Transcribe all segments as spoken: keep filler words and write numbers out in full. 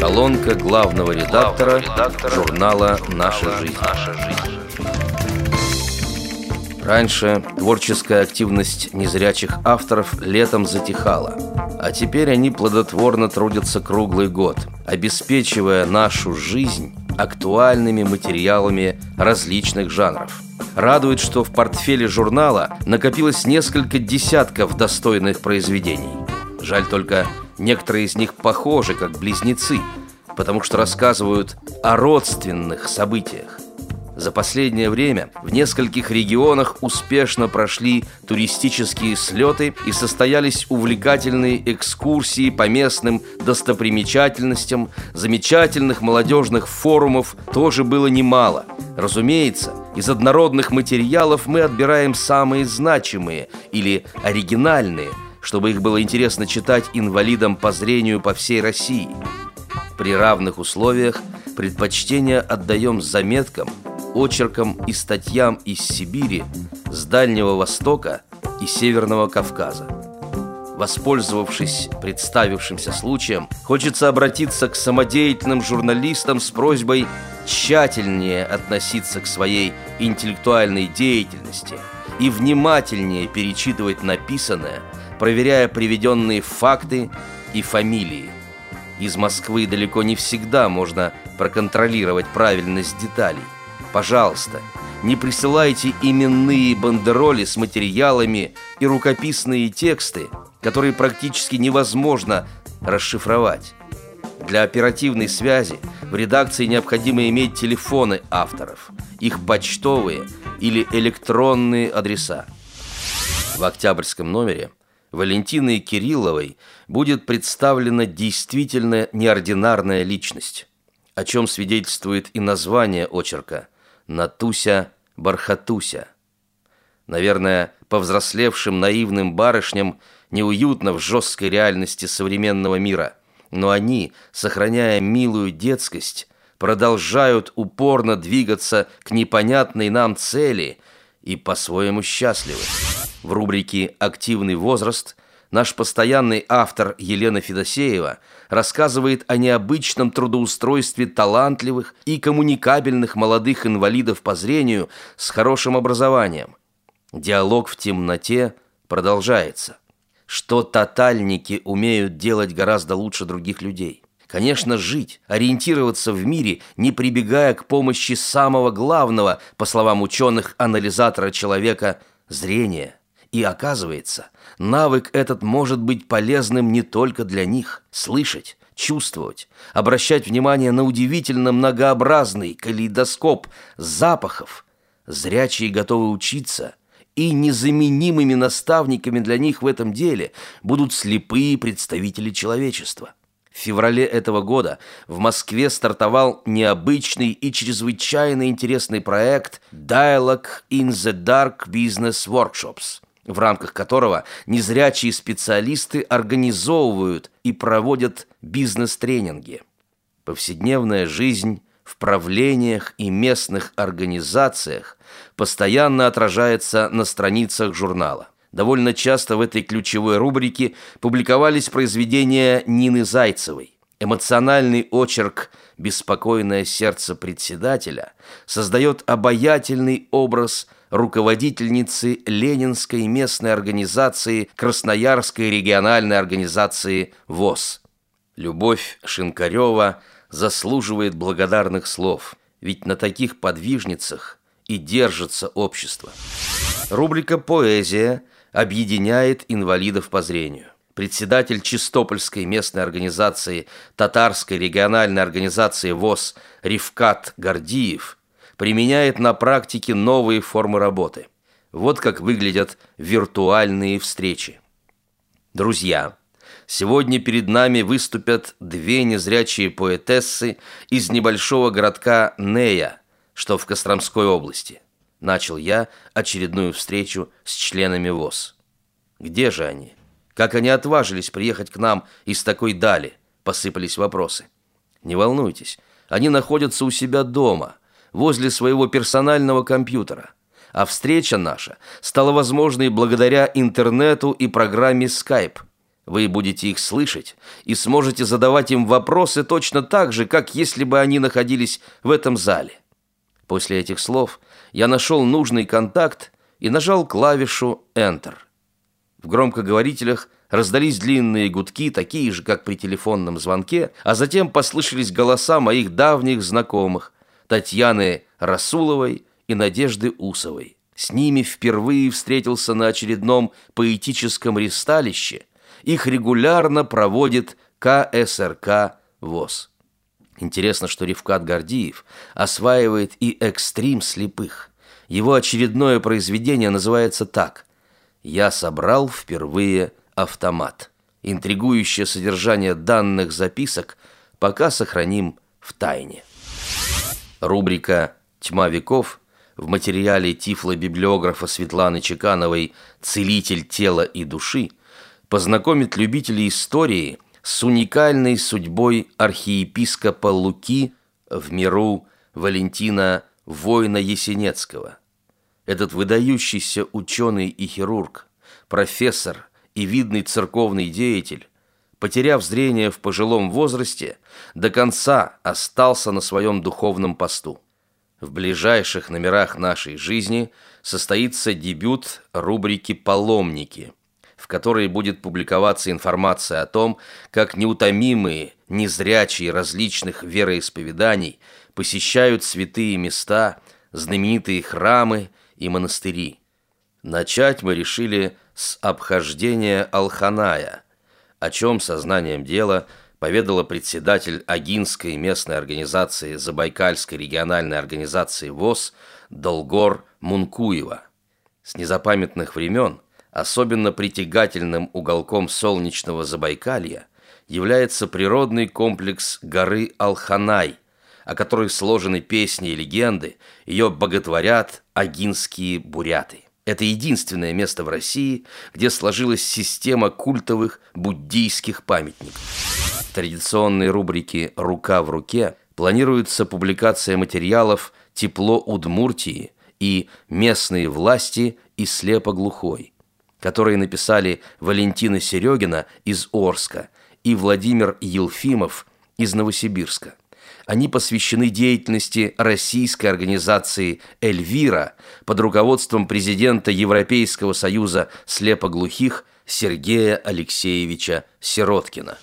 Колонка главного редактора, редактора журнала «Наша жизнь». «Наша жизнь». Раньше творческая активность незрячих авторов летом затихала, а теперь они плодотворно трудятся круглый год, обеспечивая нашу жизнь актуальными материалами различных жанров. Радует, что в портфеле журнала накопилось несколько десятков достойных произведений. Жаль только, некоторые из них похожи, как близнецы, потому что рассказывают о родственных событиях. За последнее время в нескольких регионах успешно прошли туристические слеты и состоялись увлекательные экскурсии по местным достопримечательностям. Замечательных молодежных форумов тоже было немало. Разумеется, из однородных материалов мы отбираем самые значимые или оригинальные, чтобы их было интересно читать инвалидам по зрению по всей России. При равных условиях предпочтение отдаем заметкам, очеркам и статьям из Сибири, с Дальнего Востока и Северного Кавказа. Воспользовавшись представившимся случаем, хочется обратиться к самодеятельным журналистам с просьбой тщательнее относиться к своей интеллектуальной деятельности и внимательнее перечитывать написанное, проверяя приведенные факты и фамилии. Из Москвы далеко не всегда можно проконтролировать правильность деталей. Пожалуйста, не присылайте именные бандероли с материалами и рукописные тексты, которые практически невозможно расшифровать. Для оперативной связи в редакции необходимо иметь телефоны авторов, их почтовые или электронные адреса. В октябрьском номере Валентиной Кирилловой будет представлена действительно неординарная личность, о чем свидетельствует и название очерка «Натуся-бархатуся». Наверное, повзрослевшим наивным барышням неуютно в жесткой реальности современного мира, но они, сохраняя милую детскость, продолжают упорно двигаться к непонятной нам цели и по-своему счастливы. В рубрике «Активный возраст» наш постоянный автор Елена Федосеева рассказывает о необычном трудоустройстве талантливых и коммуникабельных молодых инвалидов по зрению с хорошим образованием. Диалог в темноте продолжается. Что тотальники умеют делать гораздо лучше других людей? Конечно, жить, ориентироваться в мире, не прибегая к помощи самого главного, по словам ученых, анализатора человека – зрения. И оказывается, навык этот может быть полезным не только для них. Слышать, чувствовать, обращать внимание на удивительно многообразный калейдоскоп запахов. Зрячие готовы учиться, и незаменимыми наставниками для них в этом деле будут слепые представители человечества. В феврале этого года в Москве стартовал необычный и чрезвычайно интересный проект «Dialogue in the Dark Business Workshops», в рамках которого незрячие специалисты организовывают и проводят бизнес-тренинги. Повседневная жизнь в правлениях и местных организациях постоянно отражается на страницах журнала. Довольно часто в этой ключевой рубрике публиковались произведения Нины Зайцевой. Эмоциональный очерк «Беспокойное сердце председателя» создает обаятельный образ руководительницы Ленинской местной организации Красноярской региональной организации ВОС. Любовь Шинкарева заслуживает благодарных слов, ведь на таких подвижницах и держится общество. Рубрика «Поэзия» объединяет инвалидов по зрению. Председатель Чистопольской местной организации Татарской региональной организации ВОС Ривкат Гордиев применяет на практике новые формы работы. Вот как выглядят виртуальные встречи. Друзья, сегодня перед нами выступят две незрячие поэтессы из небольшого городка Нея, что в Костромской области. Начал я очередную встречу с членами ВОС. Где же они? Как они отважились приехать к нам из такой дали? Посыпались вопросы. Не волнуйтесь, они находятся у себя дома, возле своего персонального компьютера. А встреча наша стала возможной благодаря интернету и программе Skype. Вы будете их слышать и сможете задавать им вопросы точно так же, как если бы они находились в этом зале. После этих слов я нашел нужный контакт и нажал клавишу Enter. В громкоговорителях раздались длинные гудки, такие же, как при телефонном звонке, а затем послышались голоса моих давних знакомых Татьяны Расуловой и Надежды Усовой. С ними впервые встретился на очередном поэтическом ристалище. Их регулярно проводит ка эс эр ка ВОС. Интересно, что Рифкат Гордиев осваивает и экстрим слепых. Его очередное произведение называется так: «Я собрал впервые автомат». Интригующее содержание данных записок пока сохраним в тайне. Рубрика «Тьма веков» в материале тифлобиблиографа Светланы Чекановой «Целитель тела и души» познакомит любителей истории с уникальной судьбой архиепископа Луки в миру Валентина Война-Есенецкого. Этот выдающийся ученый и хирург, профессор и видный церковный деятель, потеряв зрение в пожилом возрасте, до конца остался на своем духовном посту. В ближайших номерах нашей жизни состоится дебют рубрики «Паломники», в которой будет публиковаться информация о том, как неутомимые, незрячие различных вероисповеданий посещают святые места, знаменитые храмы и монастыри. Начать мы решили с обхождения Алханая, о чем сознанием дела поведала председатель Агинской местной организации Забайкальской региональной организации ВОС Долгор Мункуева. С незапамятных времен особенно притягательным уголком солнечного Забайкалья является природный комплекс горы Алханай, о которой сложены песни и легенды, ее боготворят агинские буряты. Это единственное место в России, где сложилась система культовых буддийских памятников. В традиционной рубрике «Рука в руке» планируется публикация материалов «Тепло Удмуртии» и «Местные власти и слепоглухой», которые написали Валентина Серегина из Орска и Владимир Елфимов из Новосибирска. Они посвящены деятельности российской организации «Эльвира» под руководством президента Европейского союза слепоглухих Сергея Алексеевича Сироткина.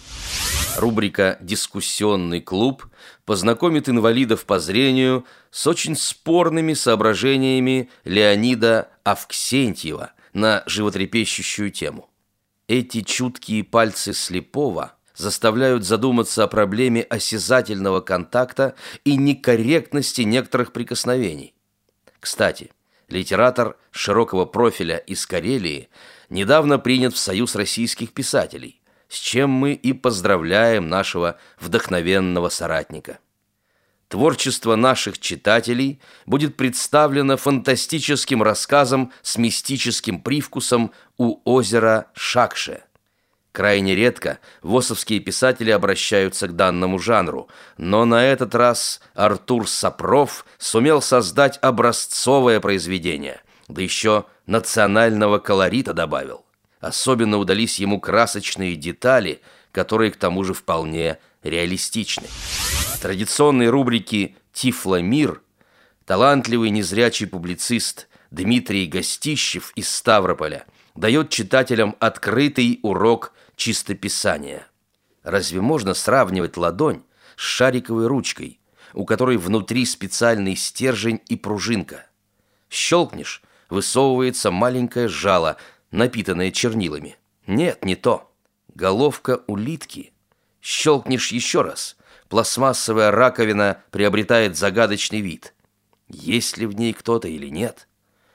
Рубрика «Дискуссионный клуб» познакомит инвалидов по зрению с очень спорными соображениями Леонида Авксентьева на животрепещущую тему. Эти чуткие пальцы слепого заставляют задуматься о проблеме осязательного контакта и некорректности некоторых прикосновений. Кстати, литератор широкого профиля из Карелии недавно принят в Союз российских писателей, с чем мы и поздравляем нашего вдохновенного соратника. Творчество наших читателей будет представлено фантастическим рассказом с мистическим привкусом «У озера Шакше». Крайне редко восовские писатели обращаются к данному жанру, но на этот раз Артур Сапров сумел создать образцовое произведение, да еще национального колорита добавил. Особенно удались ему красочные детали, которые к тому же вполне реалистичны. В традиционной рубрике «Тифломир» талантливый незрячий публицист Дмитрий Гостищев из Ставрополя дает читателям открытый урок чистописания. Разве можно сравнивать ладонь с шариковой ручкой, у которой внутри специальный стержень и пружинка? Щелкнешь, высовывается маленькое жало, напитанное чернилами. Нет, не то. Головка улитки. Щелкнешь еще раз, пластмассовая раковина приобретает загадочный вид. Есть ли в ней кто-то или нет?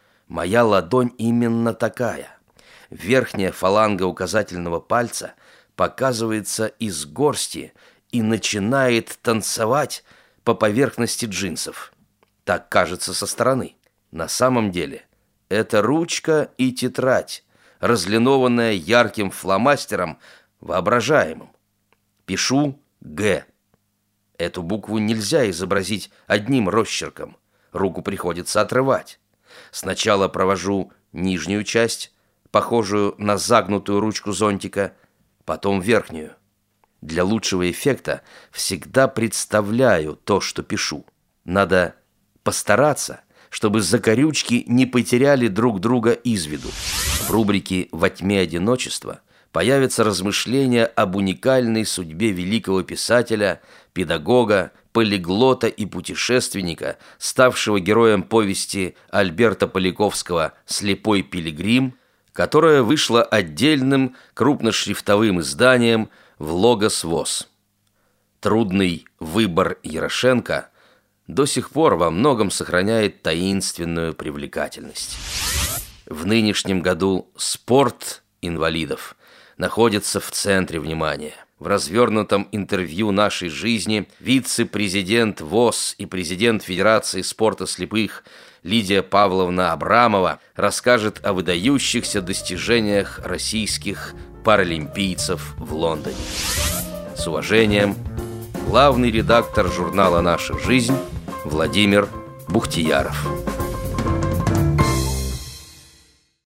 Моя ладонь именно такая. Верхняя фаланга указательного пальца показывается из горсти и начинает танцевать по поверхности джинсов. Так кажется со стороны. На самом деле это ручка и тетрадь, разлинованная ярким фломастером, воображаемым. Пишу «Г». Эту букву нельзя изобразить одним росчерком. Руку приходится отрывать. Сначала провожу нижнюю часть, похожую на загнутую ручку зонтика, потом верхнюю. Для лучшего эффекта всегда представляю то, что пишу. Надо постараться, чтобы закорючки не потеряли друг друга из виду. В рубрике «Во тьме одиночества» появятся размышления об уникальной судьбе великого писателя, педагога, полиглота и путешественника, ставшего героем повести Альберта Поликовского «Слепой пилигрим», которая вышла отдельным крупношрифтовым изданием в Логос ВОС. Трудный выбор Ярошенко до сих пор во многом сохраняет таинственную привлекательность. В нынешнем году спорт инвалидов находится в центре внимания. В развернутом интервью «Нашей жизни» вице-президент ВОС и президент Федерации спорта слепых Лидия Павловна Абрамова расскажет о выдающихся достижениях российских паралимпийцев в Лондоне. С уважением, главный редактор журнала «Наша жизнь» Владимир Бухтияров.